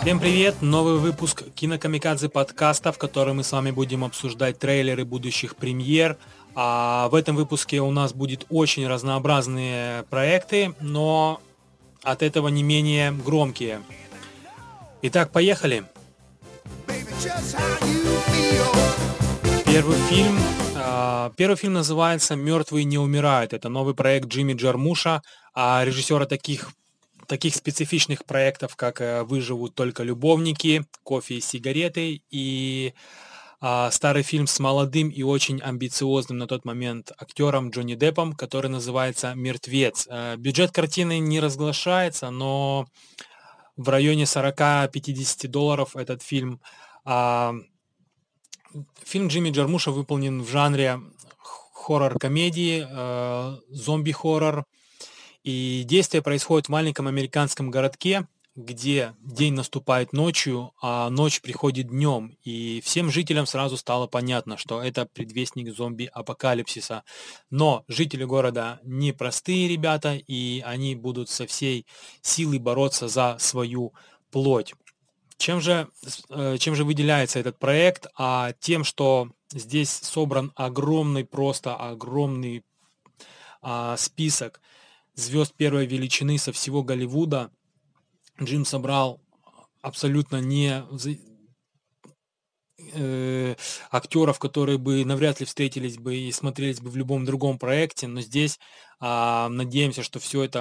Всем привет! Новый выпуск Кинокамикадзе подкаста, в котором мы с вами будем обсуждать трейлеры будущих премьер. А в этом выпуске у нас будет очень разнообразные проекты, но от этого не менее громкие. Итак, поехали! Первый фильм называется «Мертвые не умирают». Это новый проект Джимми Джармуша, режиссера таких специфичных проектов, как «Выживут только любовники», «Кофе и сигареты» и старый фильм с молодым и очень амбициозным на тот момент актером Джонни Деппом, который называется «Мертвец». Бюджет картины не разглашается, но в районе $40-50 этот фильм. Фильм Джимми Джармуша выполнен в жанре хоррор-комедии, зомби-хоррор. И действие происходит в маленьком американском городке, где день наступает ночью, а ночь приходит днем. И всем жителям сразу стало понятно, что это предвестник зомби-апокалипсиса. Но жители города не простые ребята, и они будут со всей силой бороться за свою плоть. Чем же выделяется этот проект? Тем, что здесь собран огромный список звезд первой величины со всего Голливуда. Джим собрал абсолютно не актеров, которые бы навряд ли встретились бы и смотрелись бы в любом другом проекте, но здесь надеемся, что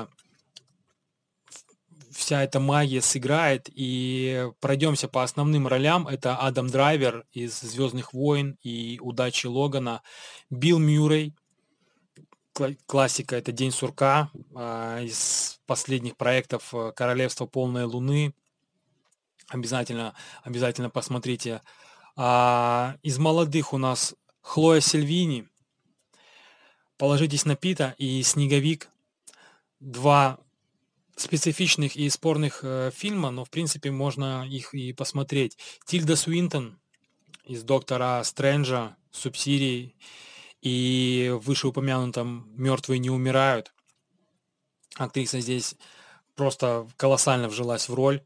вся эта магия сыграет, и пройдемся по основным ролям. Это Адам Драйвер из «Звездных войн» и «Удачи Логана», Билл Мюррей, классика, это «День сурка», из последних проектов «Королевство полной луны». Обязательно посмотрите. Из молодых у нас Хлоя Сильвини, «Положитесь на Пита» и «Снеговик». Два специфичных и спорных фильма, но в принципе можно их и посмотреть. Тильда Суинтон из «Доктора Стрэнджа», «Субсидий» и в вышеупомянутом «Мертвые не умирают». Актриса здесь просто колоссально вжилась в роль.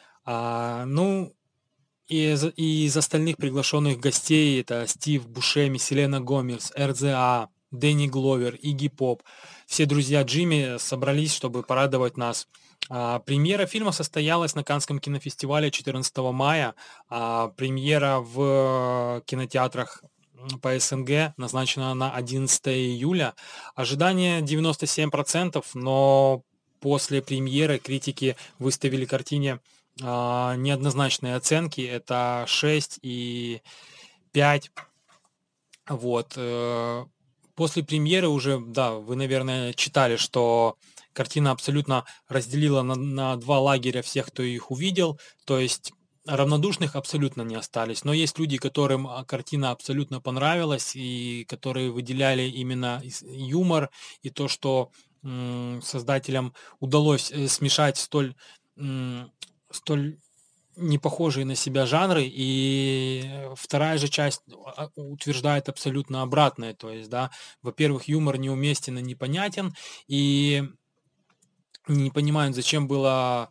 Из остальных приглашенных гостей это Стив Бушеми, Селена Гомес, РЗА, Дэнни Гловер, Игги Поп. Все друзья Джимми собрались, чтобы порадовать нас. Премьера фильма состоялась на Каннском кинофестивале 14 мая. Премьера в кинотеатрах по СНГ назначена на 11 июля. Ожидание 97%, но после премьеры критики выставили картине неоднозначные оценки. Это 6 и 5. Вот. После премьеры уже, да, вы, наверное, читали, что картина абсолютно разделила на два лагеря всех, кто их увидел. То есть равнодушных абсолютно не остались. Но есть люди, которым картина абсолютно понравилась, и которые выделяли именно юмор и то, что создателям удалось смешать столь не похожие на себя жанры, и вторая же часть утверждает абсолютно обратное. То есть, да, во-первых, юмор неуместен и непонятен, и не понимают, зачем было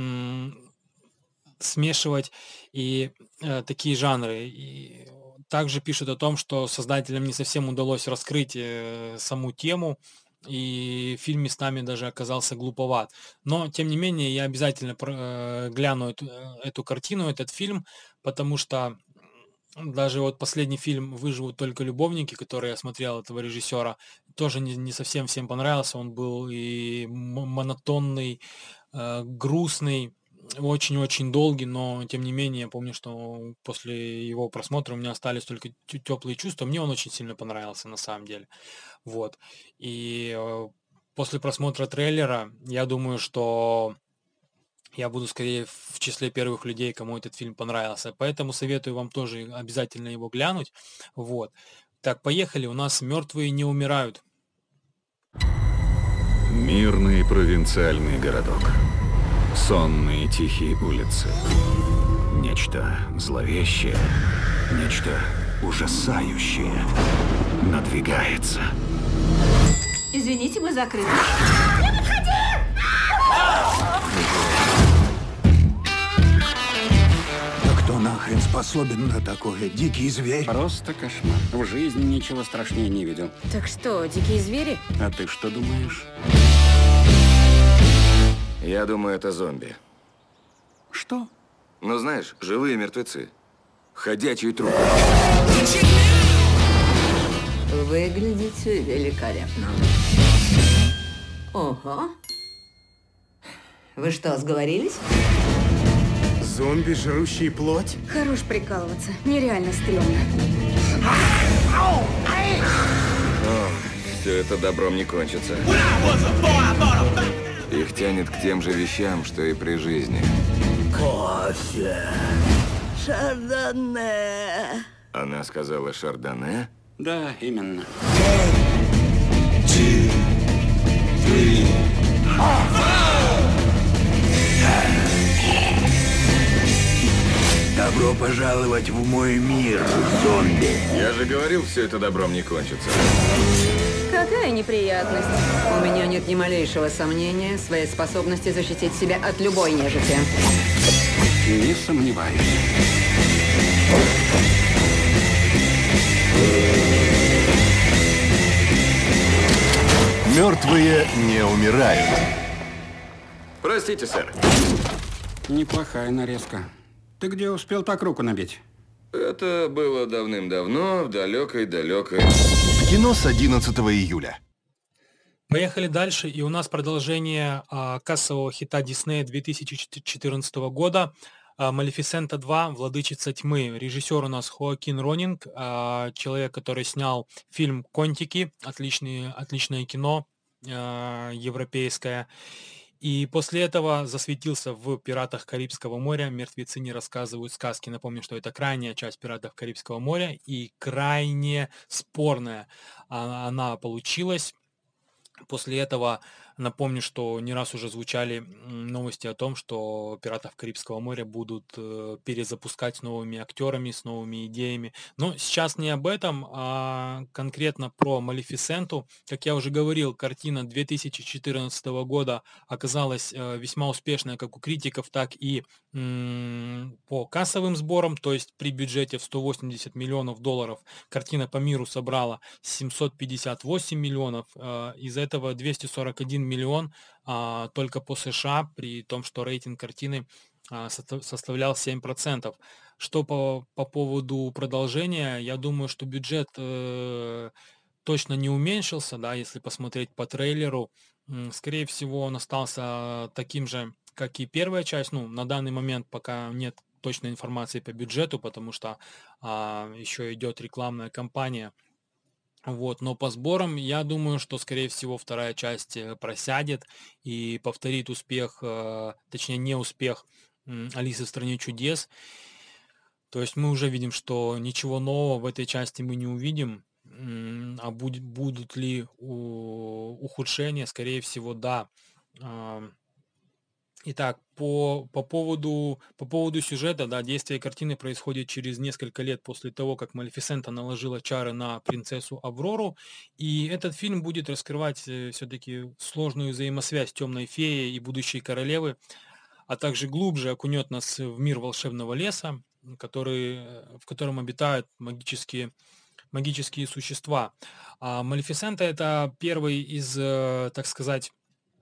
смешивать такие жанры. И также пишут о том, что создателям не совсем удалось раскрыть саму тему, и фильм местами даже оказался глуповат. Но, тем не менее, я обязательно гляну эту картину, этот фильм, потому что даже вот последний фильм «Выживут только любовники», который я смотрел, этого режиссера, тоже не совсем всем понравился. Он был и монотонный, грустный, очень-очень долгий, но тем не менее, я помню, что после его просмотра у меня остались только теплые чувства. Мне он очень сильно понравился на самом деле. Вот. И после просмотра трейлера, я думаю, что я буду скорее в числе первых людей, кому этот фильм понравился. Поэтому советую вам тоже обязательно его глянуть. Вот. Так, поехали. У нас «Мертвые не умирают». Мирный провинциальный городок. Сонные тихие улицы. Нечто зловещее, нечто ужасающее надвигается. Извините, мы закрыты. нахрен способен на такое? Дикий зверь? Просто кошмар. В жизни ничего страшнее не видел. Так что, дикие звери? А ты что думаешь? Я думаю, это зомби. Что? Ну, знаешь, живые мертвецы. Ходячий труп. Выглядите великолепно. Ого. Вы что, сговорились? Зомби, жрущие плоть? Хорош прикалываться. Нереально стрёмно. Все это добром не кончится. Их тянет к тем же вещам, что и при жизни. Кофе. Шардоне. Она сказала шардоне? Да, именно. Добро пожаловать в мой мир, зомби. Я же говорил, все это добром не кончится. Какая неприятность. У меня нет ни малейшего сомнения в своей способности защитить себя от любой нежити. Не сомневаюсь. Мертвые не умирают. Простите, сэр. Неплохая нарезка. Ты где успел так руку набить? Это было давным-давно, в далекой-далекой... В кино с 11 июля. Поехали дальше, и у нас продолжение кассового хита Диснея 2014 года «Малефисента 2. Владычица тьмы». Режиссер у нас Хоакин Ронинг, человек, который снял фильм «Контики», отличное кино европейское. И после этого засветился в «Пиратах Карибского моря». «Мертвецы не рассказывают сказки». Напомню, что это крайняя часть «Пиратов Карибского моря» и крайне спорная она получилась. После этого напомню, что не раз уже звучали новости о том, что «Пиратов Карибского моря» будут перезапускать с новыми актерами, с новыми идеями. Но сейчас не об этом, а конкретно про «Малефисенту». Как я уже говорил, картина 2014 года оказалась весьма успешной как у критиков, так и по кассовым сборам. То есть при бюджете в 180 миллионов долларов картина по миру собрала 758 миллионов. Из этого 241 миллион только по США, при том, что рейтинг картины составлял 7%. Что по поводу продолжения, я думаю, что бюджет точно не уменьшился, да, если посмотреть по трейлеру. Скорее всего, он остался таким же, как и первая часть. Ну, на данный момент пока нет точной информации по бюджету, потому что еще идет рекламная кампания. Вот, но по сборам я думаю, что, скорее всего, вторая часть просядет и повторит успех, точнее, не успех «Алисы в стране чудес». То есть мы уже видим, что ничего нового в этой части мы не увидим. А будут ли ухудшения? Скорее всего, да. Итак, по поводу сюжета, да, действие картины происходит через несколько лет после того, как Малефисента наложила чары на принцессу Аврору, и этот фильм будет раскрывать все-таки сложную взаимосвязь темной феи и будущей королевы, а также глубже окунет нас в мир волшебного леса, в котором обитают магические существа. Малефисента — это первый из, так сказать,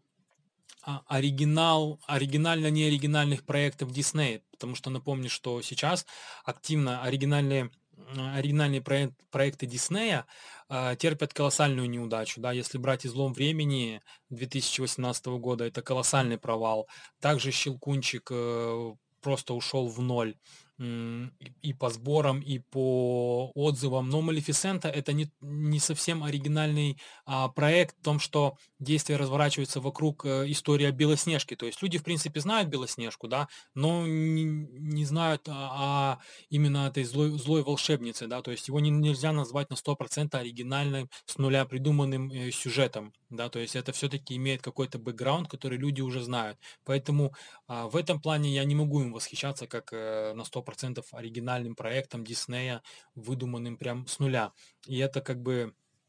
оригинально-неоригинальных проектов Disney, потому что напомню, что сейчас активно оригинальные проекты Диснея терпят колоссальную неудачу. Да? Если брать «Излом времени» 2018 года, это колоссальный провал. Также «Щелкунчик» просто ушел в ноль и по сборам, и по отзывам. Но «Малефисента» — это не совсем оригинальный проект в том, что действие разворачивается вокруг истории о Белоснежке. То есть люди, в принципе, знают Белоснежку, да, но не знают именно этой злой волшебнице. Да? То есть его нельзя назвать на 100% оригинальным, с нуля придуманным сюжетом. Да? То есть это все-таки имеет какой-то бэкграунд, который люди уже знают. Поэтому в этом плане я не могу им восхищаться как на 100% оригинальным проектом Диснея, выдуманным прям с нуля. И это как бы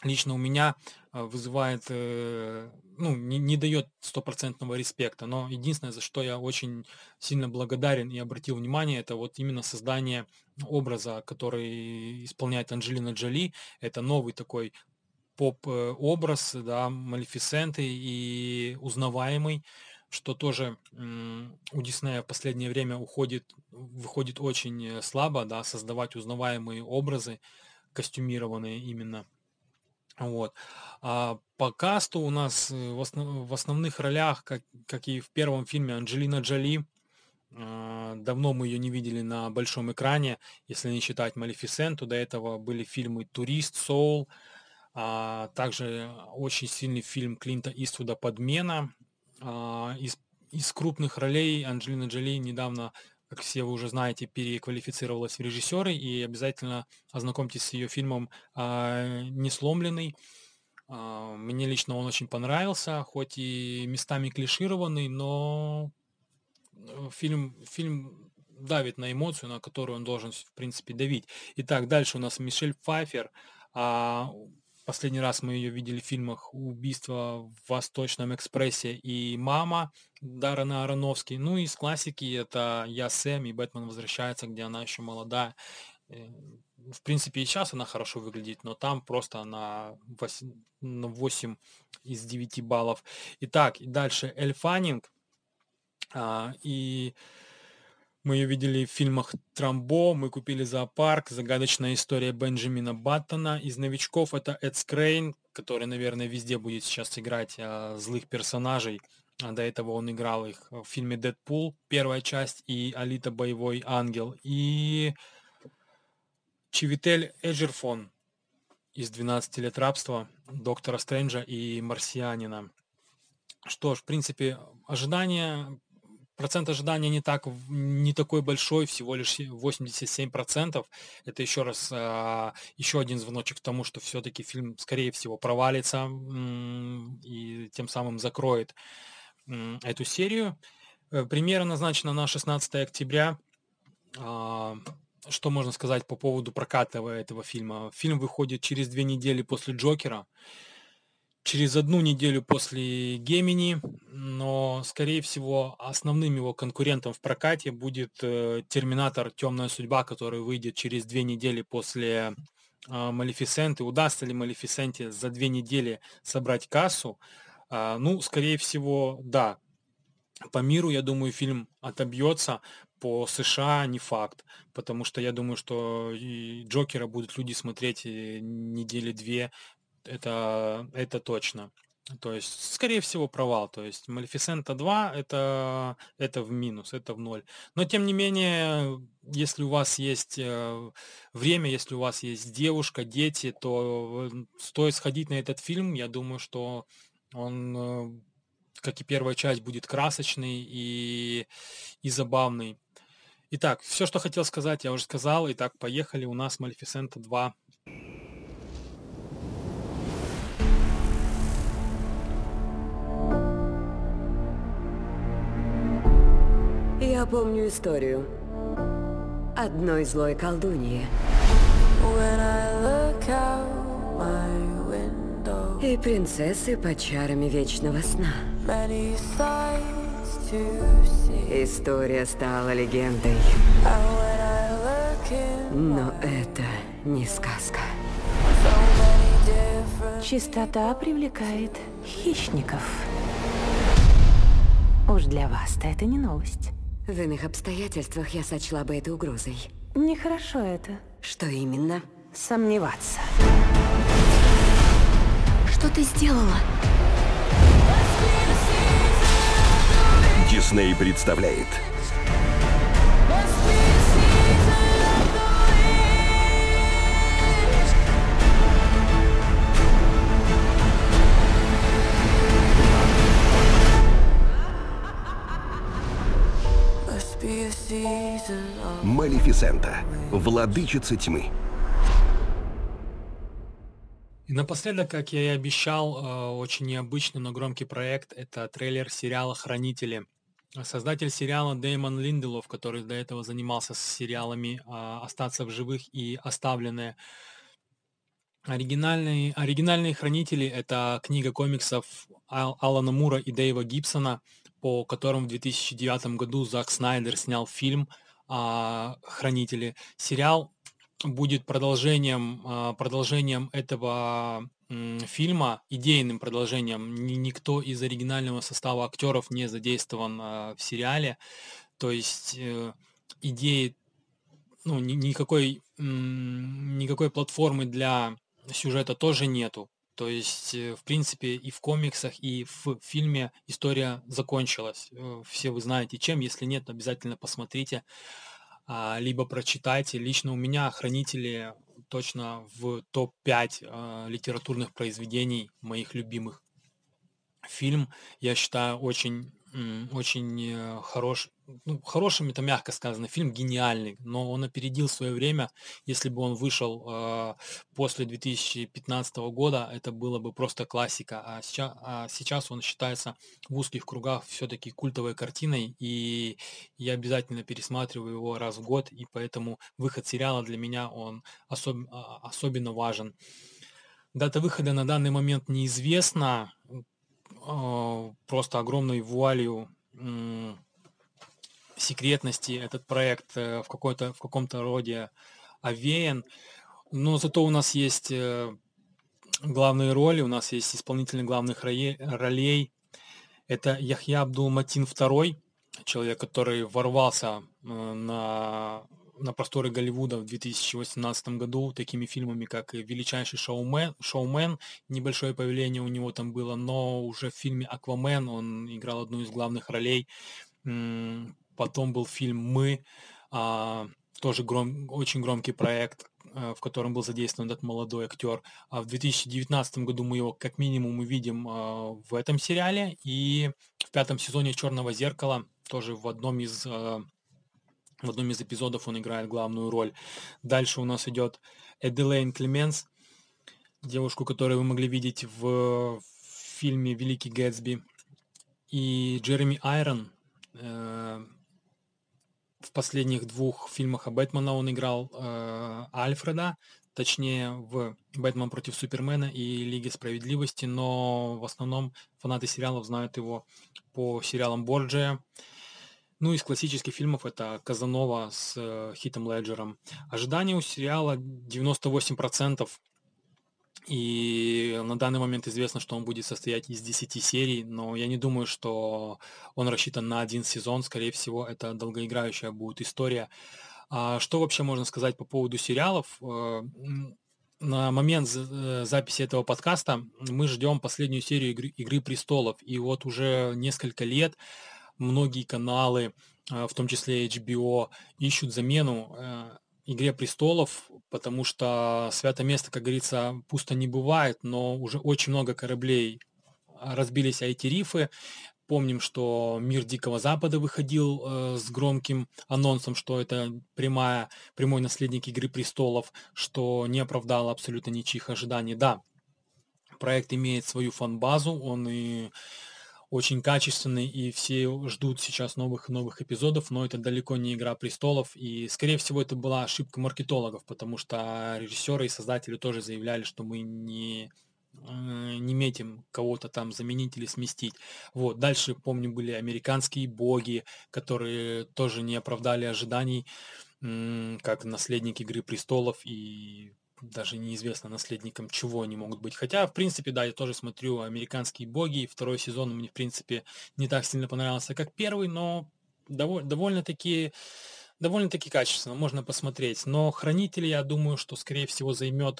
лично у меня вызывает, ну, не дает стопроцентного респекта. Но единственное, за что я очень сильно благодарен и обратил внимание, это вот именно создание образа, который исполняет Анджелина Джоли. Это новый такой поп-образ, да, Малефисенты и узнаваемый, что тоже у Диснея в последнее время выходит очень слабо, да, создавать узнаваемые образы, костюмированные именно. Вот. А по касту у нас в основных ролях, как и в первом фильме, Анджелина Джоли. Давно мы ее не видели на большом экране, если не считать Малефисенту. До этого были фильмы «Турист», «Соул», также очень сильный фильм Клинта Иствуда «Подмена». Из крупных ролей Анджелина Джоли недавно, как все вы уже знаете, переквалифицировалась в режиссеры, и обязательно ознакомьтесь с ее фильмом «Несломленный». Мне лично он очень понравился, хоть и местами клишированный, но фильм давит на эмоцию, на которую он должен, в принципе, давить. Итак, дальше у нас Мишель Пфайффер. Последний раз мы ее видели в фильмах «Убийство в Восточном экспрессе» и «Мама» Даррена Аронофски. Ну и из классики это «Я Сэм» и «Бэтмен возвращается», где она еще молодая. В принципе, и сейчас она хорошо выглядит, но там просто она на 8 из 9 баллов. Итак, и дальше Эль Фаннинг. И мы ее видели в фильмах «Трамбо», «Мы купили зоопарк», «Загадочная история Бенджамина Баттона». Из новичков это Эд Скрейн, который, наверное, везде будет сейчас играть злых персонажей. До этого он играл их в фильме «Дэдпул», первая часть, и «Алита. Боевой ангел». И Чивитель Эджерфон из «12 лет рабства», «Доктора Стрэнджа» и «Марсианина». Что ж, в принципе, процент ожидания не такой большой, всего лишь 87%. Это еще один звоночек к тому, что все-таки фильм, скорее всего, провалится и тем самым закроет эту серию. Премьера назначена на 16 октября. Что можно сказать по поводу проката этого фильма? Фильм выходит через 2 недели после «Джокера», через 1 неделю после «Гемини», но, скорее всего, основным его конкурентом в прокате будет «Терминатор. Темная судьба», который выйдет через 2 недели после «Малефисенты». Удастся ли «Малефисенте» за 2 недели собрать кассу? Ну, скорее всего, да. По миру, я думаю, фильм отобьется, по США не факт, потому что я думаю, что и «Джокера» будут люди смотреть недели 2, это точно. То есть, скорее всего, провал. То есть «Малефисента 2» это в минус, это в ноль. Но, тем не менее, если у вас есть время, если у вас есть девушка, дети, то стоит сходить на этот фильм. Я думаю, что он, как и первая часть, будет красочный и забавный. Итак, все, что хотел сказать, я уже сказал. Итак, поехали. У нас «Малефисента 2». Я помню историю одной злой колдуньи. И принцессы под чарами вечного сна. История стала легендой. Но это не сказка. Чистота привлекает хищников. Уж для вас-то это не новость. В иных обстоятельствах я сочла бы это угрозой. Нехорошо это. Что именно? Сомневаться. Что ты сделала? Дисней представляет Малефисента. Владычица тьмы. И напоследок, как я и обещал, очень необычный, но громкий проект — это трейлер сериала «Хранители». Создатель сериала Дэймон Линделов, который до этого занимался с сериалами «Остаться в живых» и «Оставленные», Оригинальные хранители — это книга комиксов Алана Мура и Дэйва Гибсона, по которым в 2009 году Зак Снайдер снял фильм «Хранители». Сериал будет продолжением этого фильма, идейным продолжением. Никто из оригинального состава актеров не задействован в сериале. То есть идеи, ну, никакой платформы для сюжета тоже нету. То есть, в принципе, и в комиксах, и в фильме история закончилась. Все вы знаете чем. Если нет, обязательно посмотрите, либо прочитайте. Лично у меня «Хранители» точно в топ-5 литературных произведений моих любимых. Фильм, я считаю, очень хорошим, это мягко сказано, фильм гениальный, но он опередил свое время. Если бы он вышел после 2015 года, это было бы просто классика. А сейчас он считается в узких кругах все-таки культовой картиной, и я обязательно пересматриваю его раз в год, и поэтому выход сериала для меня он особенно важен. Дата выхода на данный момент неизвестна, просто огромной вуалью секретности этот проект в каком-то роде овеян. Но зато у нас есть главные роли, у нас есть исполнители главных ролей. Это Яхья Абдул-Матин II, человек, который ворвался на просторы Голливуда в 2018 году такими фильмами, как «Величайший шоумен», небольшое появление у него там было, но уже в фильме «Аквамен» он играл одну из главных ролей. Потом был фильм «Мы», тоже очень громкий проект, в котором был задействован этот молодой актер. А в 2019 году мы его как минимум увидим в этом сериале, и в 5-м сезоне «Черного зеркала» тоже в одном из эпизодов он играет главную роль. Дальше у нас идет Эделейн Клеменс, девушку, которую вы могли видеть в фильме «Великий Гэтсби», и Джереми Айрон. В последних 2 фильмах о Бэтмена он играл Альфреда, точнее в «Бэтмен против Супермена» и «Лиге справедливости», но в основном фанаты сериалов знают его по сериалам «Борджиа». Ну, из классических фильмов это «Казанова» с Хитом Леджером. Ожидания у сериала 98%. И на данный момент известно, что он будет состоять из 10 серий, но я не думаю, что он рассчитан на 1 сезон. Скорее всего, это долгоиграющая будет история. Что вообще можно сказать по поводу сериалов? На момент записи этого подкаста мы ждем последнюю серию «Игры престолов». И вот уже несколько лет многие каналы, в том числе HBO, ищут замену «Игре престолов», потому что свято место, как говорится, пусто не бывает, но уже очень много кораблей разбились о эти рифы. Помним, что «Мир Дикого Запада» выходил с громким анонсом, что это прямой наследник «Игры престолов», что не оправдало абсолютно ничьих ожиданий. Да, проект имеет свою фан-базу, он и очень качественный, и все ждут сейчас новых эпизодов, но это далеко не «Игра престолов», и, скорее всего, это была ошибка маркетологов, потому что режиссеры и создатели тоже заявляли, что мы не метим кого-то там заменить или сместить. Вот. Дальше, помню, были «Американские боги», которые тоже не оправдали ожиданий, как наследник «Игры престолов», и даже неизвестно наследником чего они могут быть. Хотя, в принципе, да, я тоже смотрю «Американские боги», и 2-й сезон мне, в принципе, не так сильно понравился, как 1-й, но довольно-таки качественно, можно посмотреть. Но «Хранители», я думаю, что, скорее всего, займет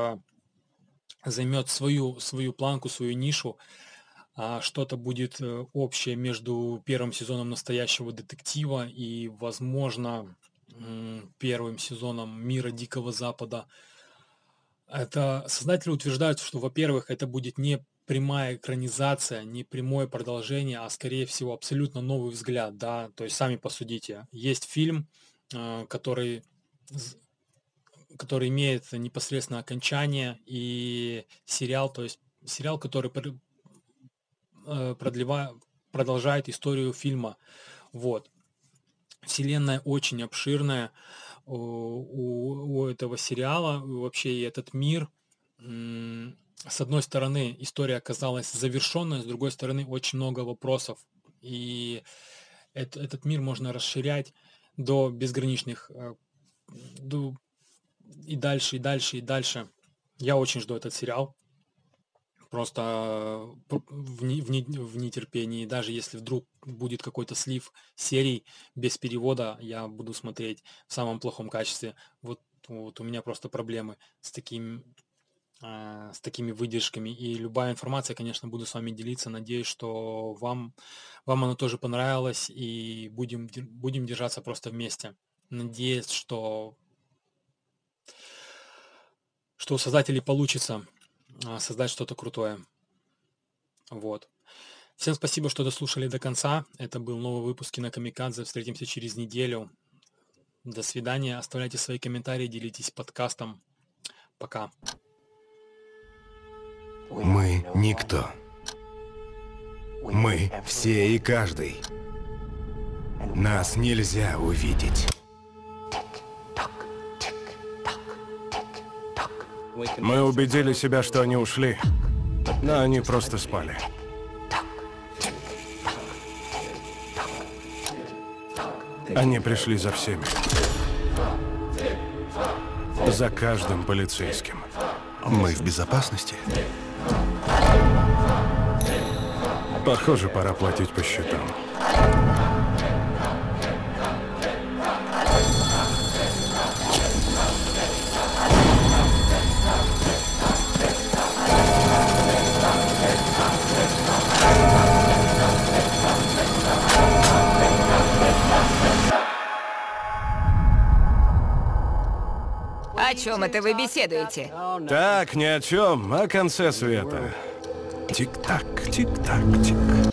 свою планку, свою нишу. Что-то будет общее между 1-м сезоном «Настоящего детектива» и, возможно, 1-м сезоном «Мира Дикого Запада». Это создатели утверждают, что, во-первых, это будет не прямая экранизация, не прямое продолжение, а, скорее всего, абсолютно новый взгляд, да. То есть сами посудите. Есть фильм, который имеет непосредственно окончание, и сериал, то есть сериал, который продолжает историю фильма. Вот. Вселенная очень обширная у этого сериала, вообще и этот мир. с одной стороны, история оказалась завершенной, с другой стороны, очень много вопросов. И этот мир можно расширять до безграничных, и дальше, и дальше, и дальше. Я очень жду этот сериал. Просто в нетерпении. Даже если вдруг будет какой-то слив серий без перевода, я буду смотреть в самом плохом качестве. Вот у меня просто проблемы с такими выдержками. И любая информация, конечно, буду с вами делиться. Надеюсь, что вам оно тоже понравилось. И будем держаться просто вместе. Надеюсь, что у создателей получится создать что-то крутое. Вот. Всем спасибо, что дослушали до конца. Это был новый выпуск Кинокамикадзе. Встретимся через неделю. До свидания. Оставляйте свои комментарии, делитесь подкастом. Пока. Мы никто. Мы все и каждый. Нас нельзя увидеть. Мы убедили себя, что они ушли, но они просто спали. Они пришли за всеми. За каждым полицейским. Мы в безопасности? Похоже, пора платить по счетам. О чем это вы беседуете? Так, ни о чем, о конце света. Тик-так, тик-так, тик.